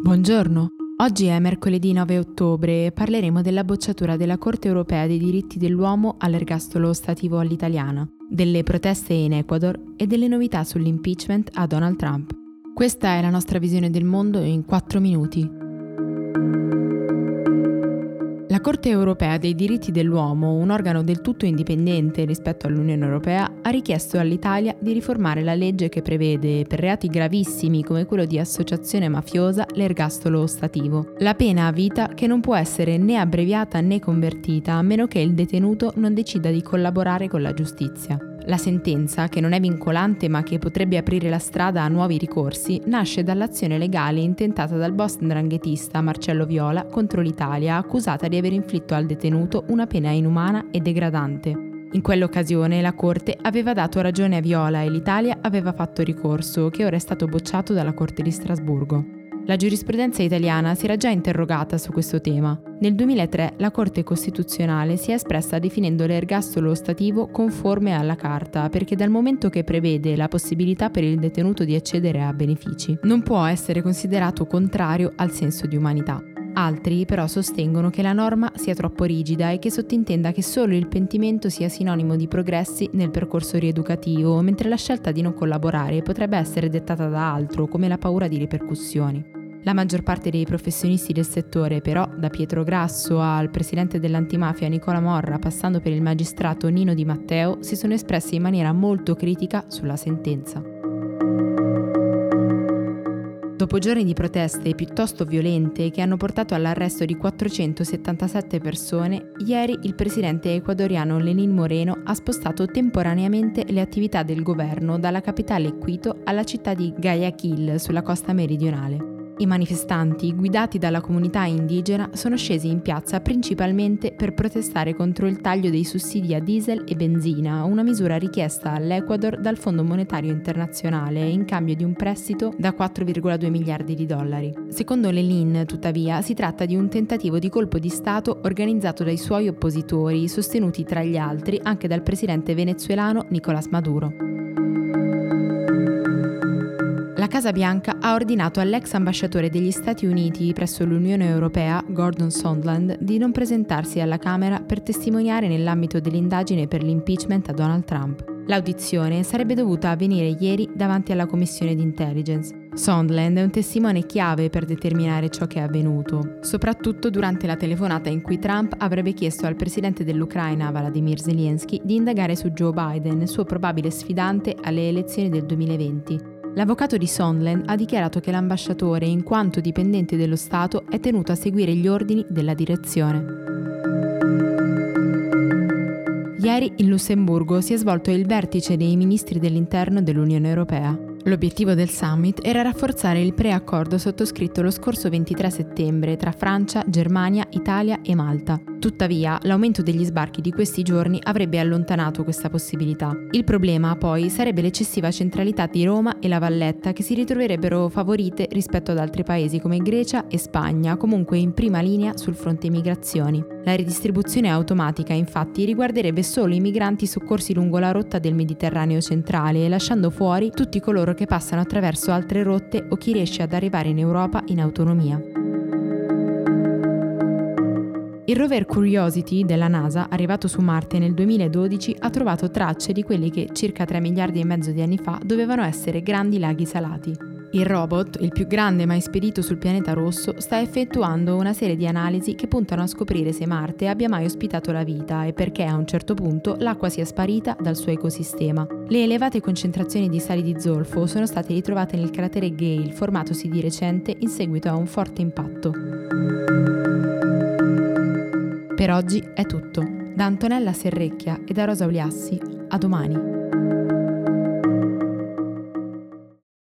Buongiorno, oggi è mercoledì 9 ottobre e parleremo della bocciatura della Corte Europea dei Diritti dell'Uomo all'ergastolo ostativo all'italiana, delle proteste in Ecuador e delle novità sull'impeachment a Donald Trump. Questa è la nostra visione del mondo in 4 minuti. La Corte Europea dei Diritti dell'Uomo, un organo del tutto indipendente rispetto all'Unione Europea, ha richiesto all'Italia di riformare la legge che prevede, per reati gravissimi come quello di associazione mafiosa, l'ergastolo ostativo. La pena a vita che non può essere né abbreviata né convertita a meno che il detenuto non decida di collaborare con la giustizia. La sentenza, che non è vincolante ma che potrebbe aprire la strada a nuovi ricorsi, nasce dall'azione legale intentata dal boss 'ndranghetista Marcello Viola contro l'Italia, accusata di aver inflitto al detenuto una pena inumana e degradante. In quell'occasione la Corte aveva dato ragione a Viola e l'Italia aveva fatto ricorso, che ora è stato bocciato dalla Corte di Strasburgo. La giurisprudenza italiana si era già interrogata su questo tema. Nel 2003 la Corte Costituzionale si è espressa definendo l'ergastolo ostativo conforme alla Carta, perché dal momento che prevede la possibilità per il detenuto di accedere a benefici, non può essere considerato contrario al senso di umanità. Altri però sostengono che la norma sia troppo rigida e che sottintenda che solo il pentimento sia sinonimo di progressi nel percorso rieducativo, mentre la scelta di non collaborare potrebbe essere dettata da altro, come la paura di ripercussioni. La maggior parte dei professionisti del settore, però, da Pietro Grasso al presidente dell'antimafia Nicola Morra, passando per il magistrato Nino Di Matteo, si sono espressi in maniera molto critica sulla sentenza. Dopo giorni di proteste piuttosto violente che hanno portato all'arresto di 477 persone, ieri il presidente ecuadoriano Lenín Moreno ha spostato temporaneamente le attività del governo dalla capitale Quito alla città di Guayaquil, sulla costa meridionale. I manifestanti, guidati dalla comunità indigena, sono scesi in piazza principalmente per protestare contro il taglio dei sussidi a diesel e benzina, una misura richiesta all'Ecuador dal Fondo Monetario Internazionale in cambio di un prestito da 4,2 miliardi di dollari. Secondo Lenín, tuttavia, si tratta di un tentativo di colpo di Stato organizzato dai suoi oppositori, sostenuti tra gli altri anche dal presidente venezuelano Nicolás Maduro. La Casa Bianca ha ordinato all'ex ambasciatore degli Stati Uniti presso l'Unione Europea, Gordon Sondland, di non presentarsi alla Camera per testimoniare nell'ambito dell'indagine per l'impeachment a Donald Trump. L'audizione sarebbe dovuta avvenire ieri davanti alla Commissione di Intelligence. Sondland è un testimone chiave per determinare ciò che è avvenuto, soprattutto durante la telefonata in cui Trump avrebbe chiesto al presidente dell'Ucraina, Volodymyr Zelensky, di indagare su Joe Biden, suo probabile sfidante alle elezioni del 2020. L'avvocato di Sondland ha dichiarato che l'ambasciatore, in quanto dipendente dello Stato, è tenuto a seguire gli ordini della direzione. Ieri in Lussemburgo si è svolto il vertice dei ministri dell'interno dell'Unione Europea. L'obiettivo del summit era rafforzare il preaccordo sottoscritto lo scorso 23 settembre tra Francia, Germania, Italia e Malta. Tuttavia, l'aumento degli sbarchi di questi giorni avrebbe allontanato questa possibilità. Il problema, poi, sarebbe l'eccessiva centralità di Roma e La Valletta, che si ritroverebbero favorite rispetto ad altri paesi come Grecia e Spagna, comunque in prima linea sul fronte migrazioni. La ridistribuzione automatica, infatti, riguarderebbe solo i migranti soccorsi lungo la rotta del Mediterraneo centrale, lasciando fuori tutti coloro che passano attraverso altre rotte o chi riesce ad arrivare in Europa in autonomia. Il rover Curiosity della NASA, arrivato su Marte nel 2012, ha trovato tracce di quelli che circa 3 miliardi e mezzo di anni fa dovevano essere grandi laghi salati. Il robot, il più grande mai spedito sul pianeta rosso, sta effettuando una serie di analisi che puntano a scoprire se Marte abbia mai ospitato la vita e perché a un certo punto l'acqua sia sparita dal suo ecosistema. Le elevate concentrazioni di sali di zolfo sono state ritrovate nel cratere Gale, formatosi di recente in seguito a un forte impatto. Per oggi è tutto. Da Antonella Serrecchia e da Rosa Uliassi, a domani.